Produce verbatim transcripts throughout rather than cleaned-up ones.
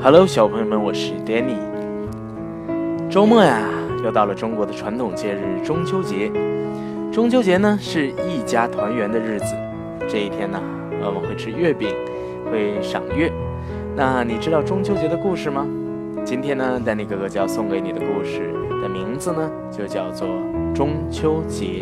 Hello， 小朋友们，我是 Danny。周末呀，又到了中国的传统节日中秋节。中秋节呢，是一家团圆的日子。这一天呢，我们会吃月饼，会赏月。那你知道中秋节的故事吗？今天呢，丹尼哥哥就要送给你的故事的名字呢，就叫做中秋节。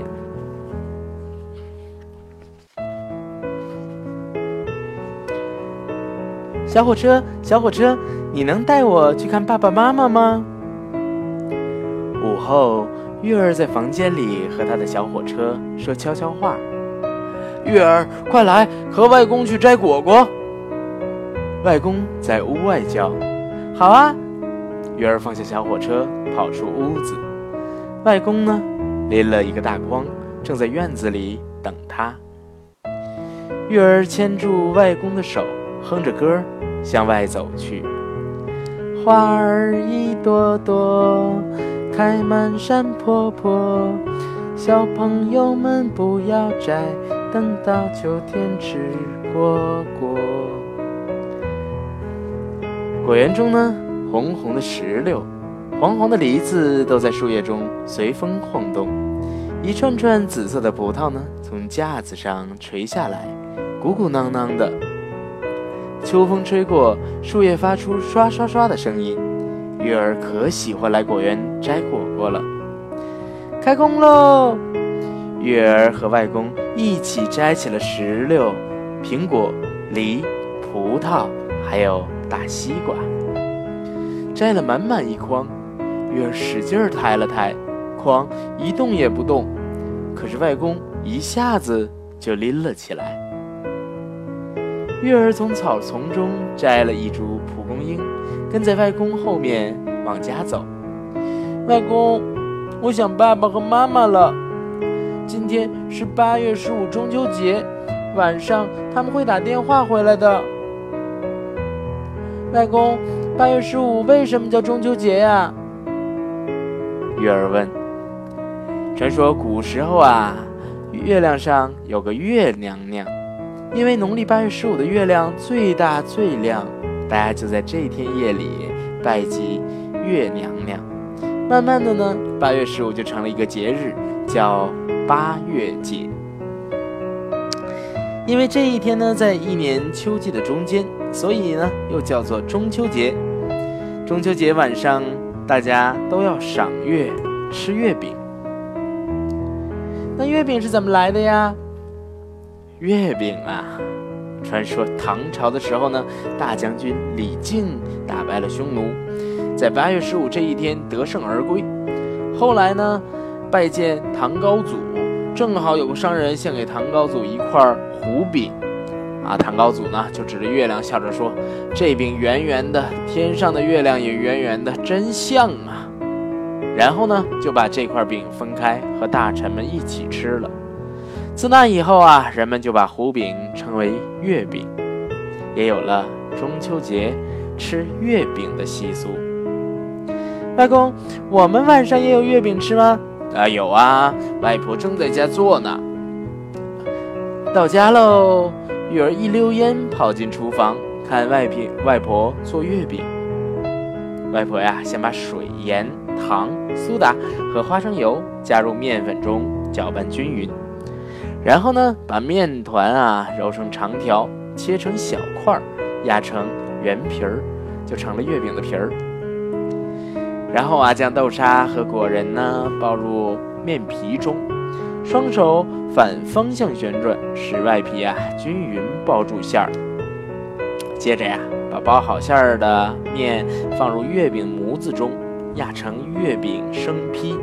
小火车，小火车，你能带我去看爸爸妈妈吗？午后，月儿在房间里和他的小火车说悄悄话。月儿，快来和外公去摘果果。外公在屋外叫。好啊。月儿放下小火车，跑出屋子。外公呢，拎了一个大筐，正在院子里等他。月儿牵住外公的手，哼着歌向外走去。花儿一朵朵开满山坡坡，小朋友们不要摘，等到秋天吃果果。果园中呢，红红的石榴，黄黄的梨子都在树叶中随风晃动，一串串紫色的葡萄呢，从架子上垂下来，鼓鼓囊囊的。秋风吹过，树叶发出刷刷刷的声音。月儿可喜欢来果园摘果果了。开工喽！月儿和外公一起摘起了石榴、苹果、梨、葡萄，还有大西瓜，摘了满满一筐。月儿使劲儿抬了抬，筐一动也不动，可是外公一下子就拎了起来。月儿从草丛中摘了一株蒲公英，跟在外公后面往家走。外公，我想爸爸和妈妈了。今天是八月十五中秋节，晚上他们会打电话回来的。外公，八月十五为什么叫中秋节呀？月儿问。传说古时候啊，月亮上有个月娘娘。因为农历八月十五的月亮最大最亮，大家就在这天夜里拜祭月娘娘。慢慢的呢，八月十五就成了一个节日，叫八月节。因为这一天呢，在一年秋季的中间，所以呢，又叫做中秋节。中秋节晚上，大家都要赏月、吃月饼。那月饼是怎么来的呀？月饼啊，传说唐朝的时候呢，大将军李靖打败了匈奴，在八月十五这一天得胜而归。后来呢，拜见唐高祖，正好有个商人献给唐高祖一块胡饼啊，唐高祖呢就指着月亮笑着说：“这饼圆圆的，天上的月亮也圆圆的，真像啊！”然后呢，就把这块饼分开，和大臣们一起吃了。自那以后啊，人们就把胡饼称为月饼，也有了中秋节吃月饼的习俗。外公，我们晚上也有月饼吃吗？啊，有啊，外婆正在家做呢。到家喽！月儿一溜烟跑进厨房，看外婆外婆做月饼。外婆呀，先把水、盐、糖、苏打和花生油加入面粉中，搅拌均匀。然后呢，把面团啊揉成长条，切成小块，压成圆皮儿，就成了月饼的皮儿。然后啊，将豆沙和果仁呢包入面皮中，双手反方向旋转，使外皮啊均匀包住馅儿。接着呀，把包好馅儿的面放入月饼模子中，压成月饼生坯。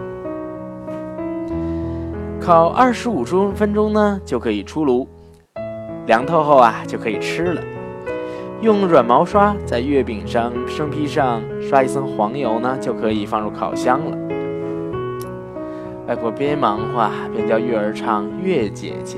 烤二十五分钟呢，就可以出炉，凉透后啊，就可以吃了。用软毛刷在月饼上生坯上刷一层黄油呢，就可以放入烤箱了。外婆边忙活边教月儿唱《月姐姐》。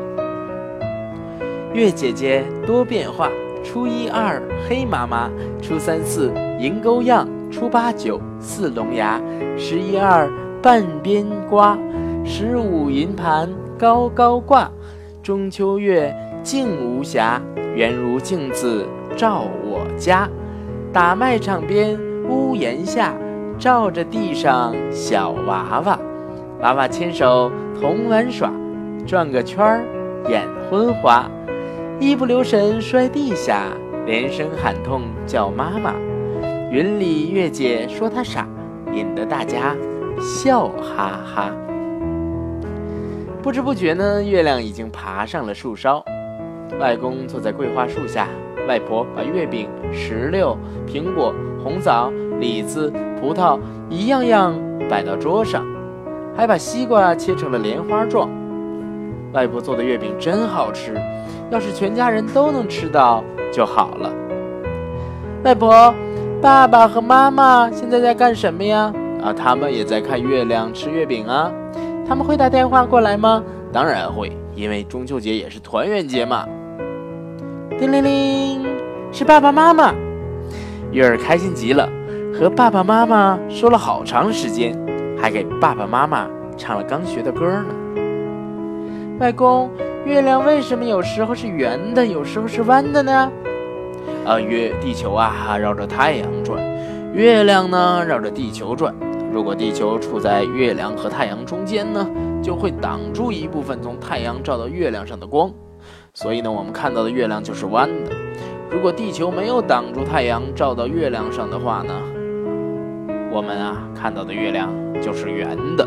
月姐姐多变化，初一二黑麻麻，初三四银钩样，初八九似龙牙，十一二半边瓜，十五银盘高高挂，中秋月静无暇，圆如镜子照我家。 打麦场边屋檐下，照着地上小娃娃，娃娃牵手同玩耍，转个圈儿眼昏花，一不留神摔地下，连声喊痛叫妈妈。云里月姐说他傻，引得大家笑哈哈。不知不觉呢，月亮已经爬上了树梢。外公坐在桂花树下，外婆把月饼、石榴、苹果、红枣、李子、葡萄一样样摆到桌上，还把西瓜切成了莲花状。外婆做的月饼真好吃，要是全家人都能吃到就好了。外婆，爸爸和妈妈现在在干什么呀？啊，他们也在看月亮吃月饼啊。他们会打电话过来吗？当然会，因为中秋节也是团圆节嘛。叮铃铃，是爸爸妈妈。月儿开心极了，和爸爸妈妈说了好长时间，还给爸爸妈妈唱了刚学的歌呢。外公，月亮为什么有时候是圆的，有时候是弯的呢？呃，月地球啊绕着太阳转，月亮呢绕着地球转。如果地球处在月亮和太阳中间呢，就会挡住一部分从太阳照到月亮上的光，所以呢，我们看到的月亮就是弯的。如果地球没有挡住太阳照到月亮上的话呢，我们啊看到的月亮就是圆的。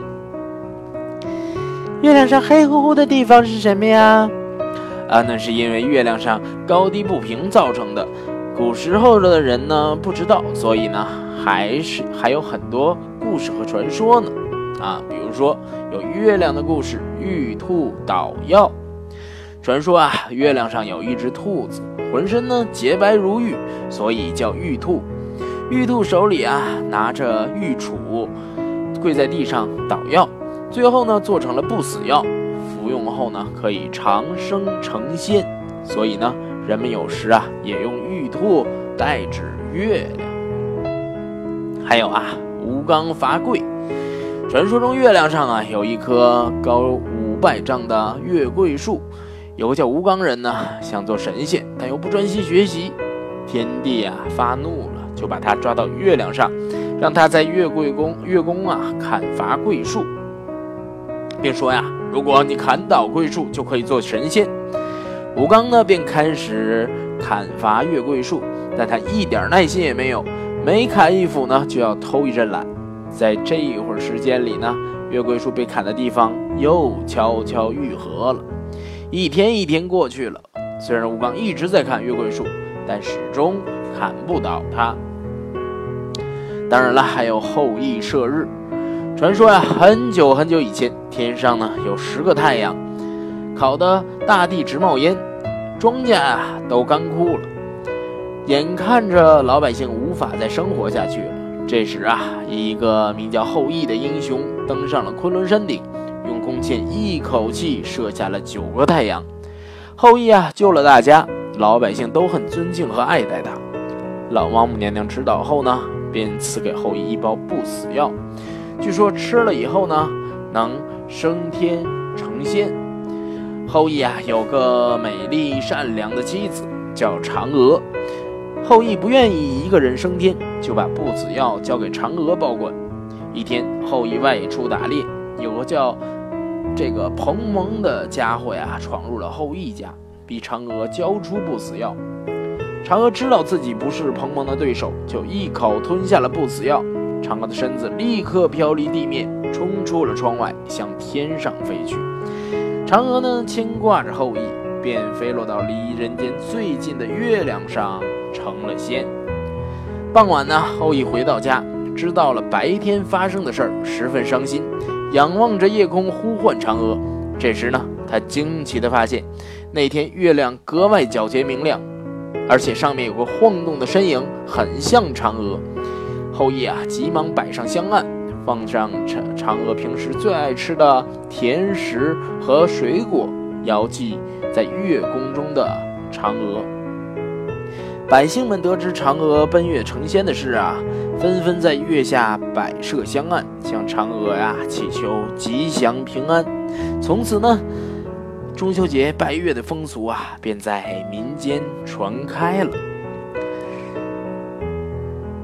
月亮上黑乎乎的地方是什么呀？啊，那是因为月亮上高低不平造成的。古时候的人呢不知道，所以呢还是还有很多故事和传说呢。啊，比如说有月亮的故事，玉兔捣药。传说啊，月亮上有一只兔子，浑身呢洁白如玉，所以叫玉兔。玉兔手里啊拿着玉杵，跪在地上捣药，最后呢做成了不死药，服用后呢可以长生成仙，所以呢人们有时啊也用玉兔代指月亮。还有啊，吴刚伐桂。传说中月亮上啊有一棵高五百丈的月桂树，有个叫吴刚人呢想做神仙，但又不专心学习，天帝啊发怒了，就把他抓到月亮上，让他在月桂宫月宫啊砍伐桂树，并说呀，如果你砍倒桂树就可以做神仙。吴刚呢便开始砍伐月桂树，但他一点耐心也没有，每砍一斧呢就要偷一阵懒。在这一会儿时间里呢，月桂树被砍的地方又悄悄愈合了。一天一天过去了，虽然吴刚一直在砍月桂树，但始终砍不倒它。当然了，还有后羿射日。传说呀、啊，很久很久以前，天上呢有十个太阳，烤得大地直冒烟，庄稼啊都干枯了，眼看着老百姓无法再生活下去了。这时啊，一个名叫后羿的英雄登上了昆仑山顶，用弓箭一口气射下了九个太阳。后羿啊救了大家，老百姓都很尊敬和爱戴他。老王母娘娘知道后呢，便赐给后羿一包不死药，据说吃了以后呢，能升天成仙。后羿啊有个美丽善良的妻子叫嫦娥，后羿不愿意一个人升天，就把不死药交给嫦娥保管。一天，后羿外出打猎，有个叫这个彭蒙的家伙呀，闯入了后羿家，逼嫦娥交出不死药。嫦娥知道自己不是彭蒙的对手，就一口吞下了不死药。嫦娥的身子立刻飘离地面，冲出了窗外，向天上飞去。嫦娥呢，牵挂着后羿，便飞落到离人间最近的月亮上，成了仙。傍晚呢，后羿回到家，知道了白天发生的事儿，十分伤心，仰望着夜空呼唤嫦娥。这时呢，他惊奇地发现，那天月亮格外皎洁明亮，而且上面有个晃动的身影，很像嫦娥。后羿啊，急忙摆上香案，放上嫦娥平时最爱吃的甜食和水果，遥祭在月宫中的嫦娥。百姓们得知嫦娥奔月成仙的事啊，纷纷在月下摆设香案，向嫦娥呀、啊、祈求吉祥平安。从此呢，中秋节拜月的风俗啊，便在民间传开了。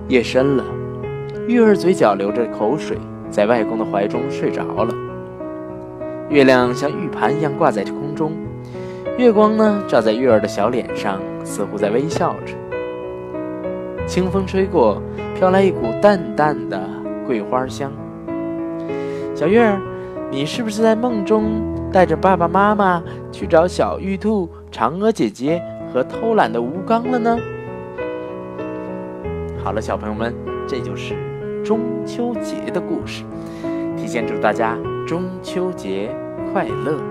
夜深了，月儿嘴角流着口水，在外公的怀中睡着了。月亮像玉盘一样挂在空中，月光呢照在月儿的小脸上，似乎在微笑着。清风吹过，飘来一股淡淡的桂花香。小月儿，你是不是在梦中带着爸爸妈妈去找小玉兔、嫦娥姐姐和偷懒的吴刚了呢？好了，小朋友们，这就是中秋节的故事，提前祝大家中秋节快乐。